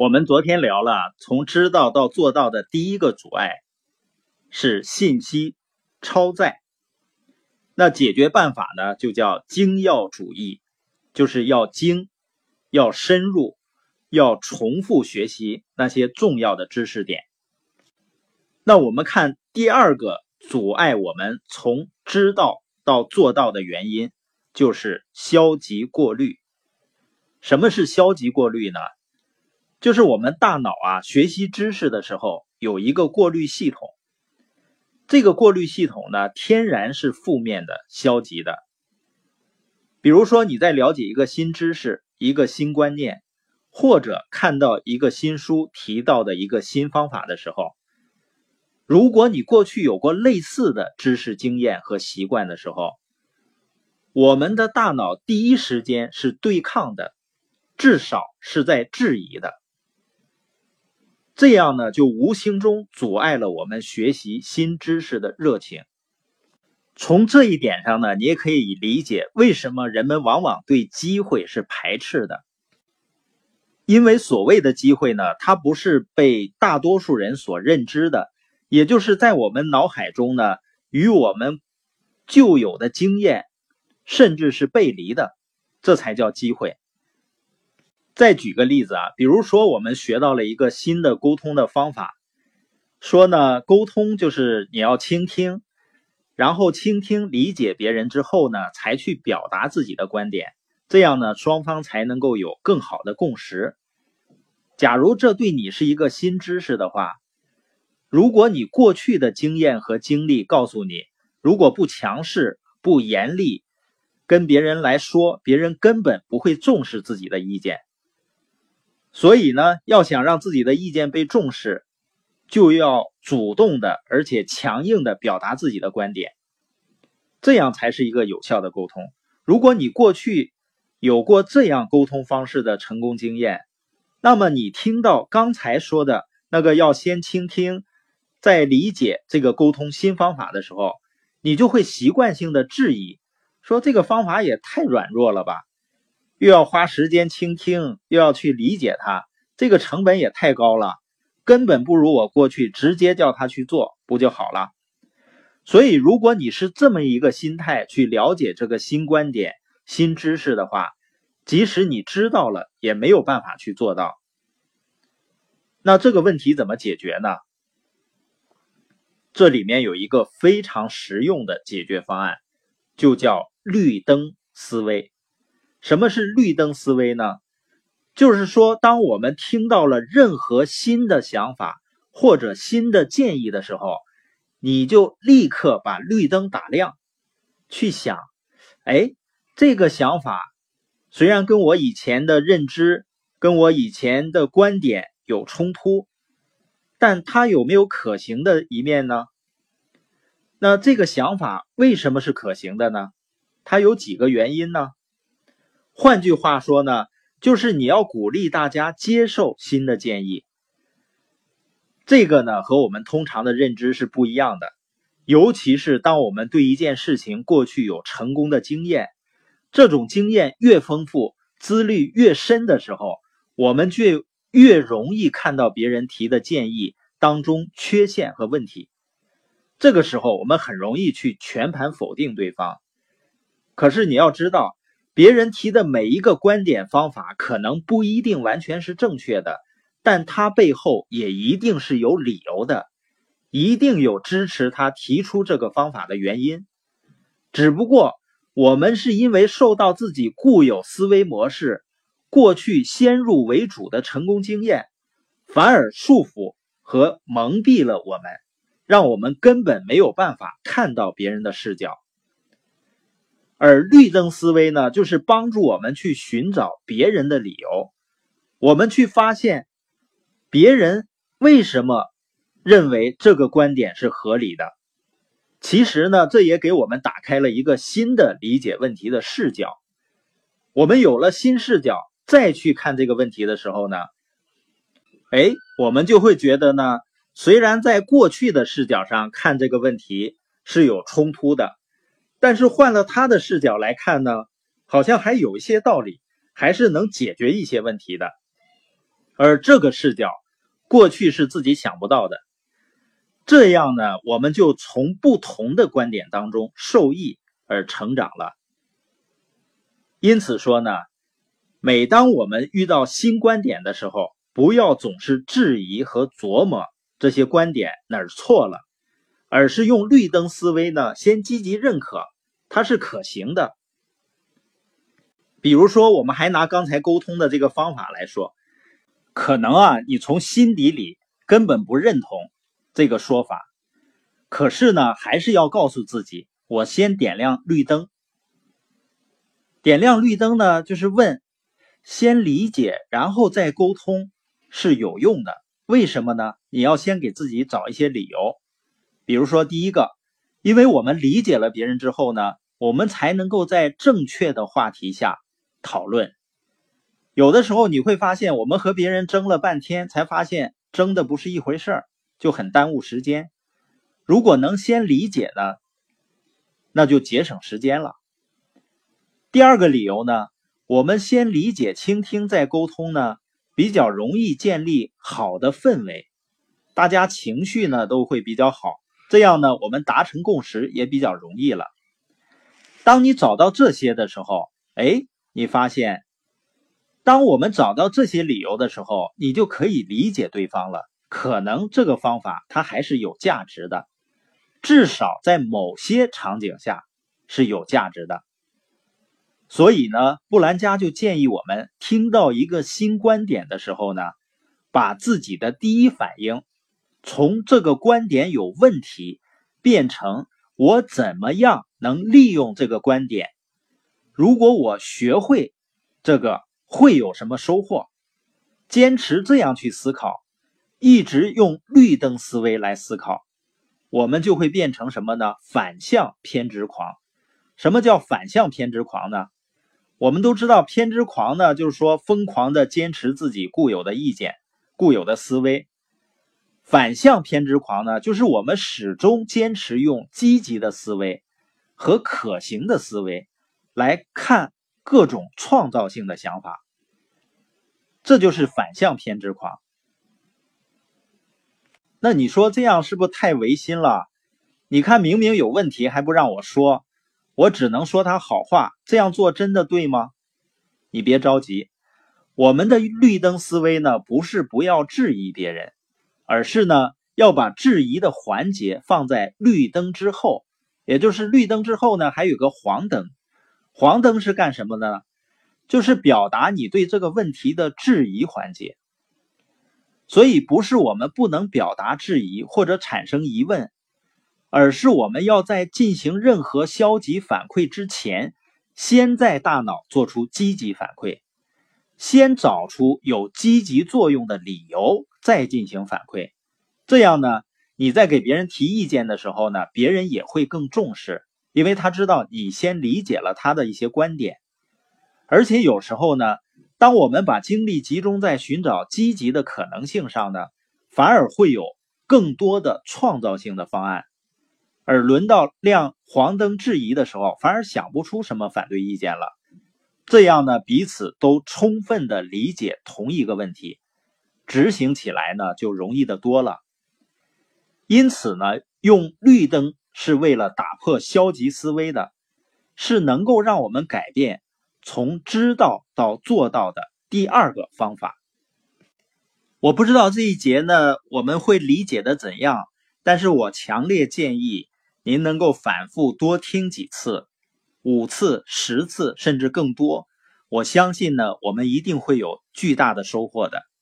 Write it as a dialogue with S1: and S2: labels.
S1: 我们昨天聊了，从知道到做到的第一个阻碍是信息超载。那解决办法呢，就叫精要主义，就是要精，要深入，要重复学习那些重要的知识点。那我们看第二个阻碍我们从知道到做到的原因，就是消极过滤。什么是消极过滤呢？就是我们大脑学习知识的时候有一个过滤系统，这个过滤系统呢天然是负面的、消极的。比如说你在了解一个新知识、一个新观念，或者看到一个新书提到的一个新方法的时候，如果你过去有过类似的知识经验和习惯的时候，我们的大脑第一时间是对抗的，至少是在质疑的。这样呢，就无形中阻碍了我们学习新知识的热情。从这一点上呢，你也可以理解为什么人们往往对机会是排斥的。因为所谓的机会呢，它不是被大多数人所认知的，也就是在我们脑海中呢，与我们旧有的经验甚至是背离的，这才叫机会。再举个例子比如说我们学到了一个新的沟通的方法，说呢，沟通就是你要倾听，然后倾听理解别人之后呢，才去表达自己的观点，这样呢，双方才能够有更好的共识。假如这对你是一个新知识的话，如果你过去的经验和经历告诉你，如果不强势、不严厉跟别人来说，别人根本不会重视自己的意见。所以呢，要想让自己的意见被重视，就要主动的而且强硬的表达自己的观点，这样才是一个有效的沟通。如果你过去有过这样沟通方式的成功经验，那么你听到刚才说的那个要先倾听再理解这个沟通新方法的时候，你就会习惯性的质疑，说这个方法也太软弱了吧，又要花时间倾听，又要去理解它，这个成本也太高了，根本不如我过去直接叫他去做不就好了。所以如果你是这么一个心态去了解这个新观点、新知识的话，即使你知道了也没有办法去做到。那这个问题怎么解决呢？这里面有一个非常实用的解决方案，就叫绿灯思维。什么是绿灯思维呢？就是说，当我们听到了任何新的想法或者新的建议的时候，你就立刻把绿灯打亮，去想，这个想法虽然跟我以前的认知、跟我以前的观点有冲突，但它有没有可行的一面呢？那这个想法为什么是可行的呢？它有几个原因呢？换句话说呢，就是你要鼓励大家接受新的建议。这个呢，和我们通常的认知是不一样的，尤其是当我们对一件事情过去有成功的经验，这种经验越丰富、资历越深的时候，我们就越容易看到别人提的建议当中缺陷和问题。这个时候我们很容易去全盘否定对方。可是你要知道，别人提的每一个观点方法可能不一定完全是正确的，但他背后也一定是有理由的，一定有支持他提出这个方法的原因。只不过我们是因为受到自己固有思维模式、过去先入为主的成功经验，反而束缚和蒙蔽了我们，让我们根本没有办法看到别人的视角。而绿灯思维呢，就是帮助我们去寻找别人的理由，我们去发现别人为什么认为这个观点是合理的。其实呢，这也给我们打开了一个新的理解问题的视角。我们有了新视角，再去看这个问题的时候呢，我们就会觉得呢，虽然在过去的视角上看这个问题是有冲突的，但是换了他的视角来看呢，好像还有一些道理，还是能解决一些问题的。 而这个视角过去是自己想不到的。这样呢，我们就从不同的观点当中受益而成长了。因此说呢，每当我们遇到新观点的时候，不要总是质疑和琢磨这些观点哪儿错了，而是用绿灯思维呢，先积极认可它是可行的。比如说，我们还拿刚才沟通的这个方法来说，可能你从心底里根本不认同这个说法，可是呢，还是要告诉自己，我先点亮绿灯。点亮绿灯呢，就是问，先理解，然后再沟通是有用的。为什么呢？你要先给自己找一些理由。比如说，第一个，因为我们理解了别人之后呢，我们才能够在正确的话题下讨论。有的时候你会发现，我们和别人争了半天，才发现争的不是一回事儿，就很耽误时间。如果能先理解呢，那就节省时间了。第二个理由呢，我们先理解倾听再沟通呢，比较容易建立好的氛围，大家情绪呢都会比较好，这样呢我们达成共识也比较容易了。当你找到这些的时候，你发现当我们找到这些理由的时候，你就可以理解对方了，可能这个方法它还是有价值的，至少在某些场景下是有价值的。所以呢，布兰加就建议我们听到一个新观点的时候呢，把自己的第一反应从这个观点有问题变成我怎么样能利用这个观点，如果我学会这个会有什么收获，坚持这样去思考，一直用绿灯思维来思考，我们就会变成什么呢？反向偏执狂。什么叫反向偏执狂呢？我们都知道偏执狂呢，就是说疯狂的坚持自己固有的意见、固有的思维。反向偏执狂呢，就是我们始终坚持用积极的思维和可行的思维来看各种创造性的想法，这就是反向偏执狂。那你说这样是不是太违心了？你看明明有问题还不让我说，我只能说他好话，这样做真的对吗？你别着急，我们的绿灯思维呢，不是不要质疑别人，而是呢要把质疑的环节放在绿灯之后，也就是绿灯之后呢还有个黄灯。黄灯是干什么呢？就是表达你对这个问题的质疑环节。所以不是我们不能表达质疑或者产生疑问，而是我们要在进行任何消极反馈之前，先在大脑做出积极反馈，先找出有积极作用的理由，再进行反馈。这样呢，你在给别人提意见的时候呢，别人也会更重视，因为他知道你先理解了他的一些观点。而且有时候呢，当我们把精力集中在寻找积极的可能性上呢，反而会有更多的创造性的方案。而轮到亮黄灯质疑的时候，反而想不出什么反对意见了。这样呢，彼此都充分的理解同一个问题，执行起来呢就容易得多了。因此呢，用绿灯是为了打破消极思维的，是能够让我们改变从知道到做到的第二个方法。我不知道这一节呢我们会理解的怎样，但是我强烈建议您能够反复多听几次，5次、10次甚至更多，我相信呢我们一定会有巨大的收获的。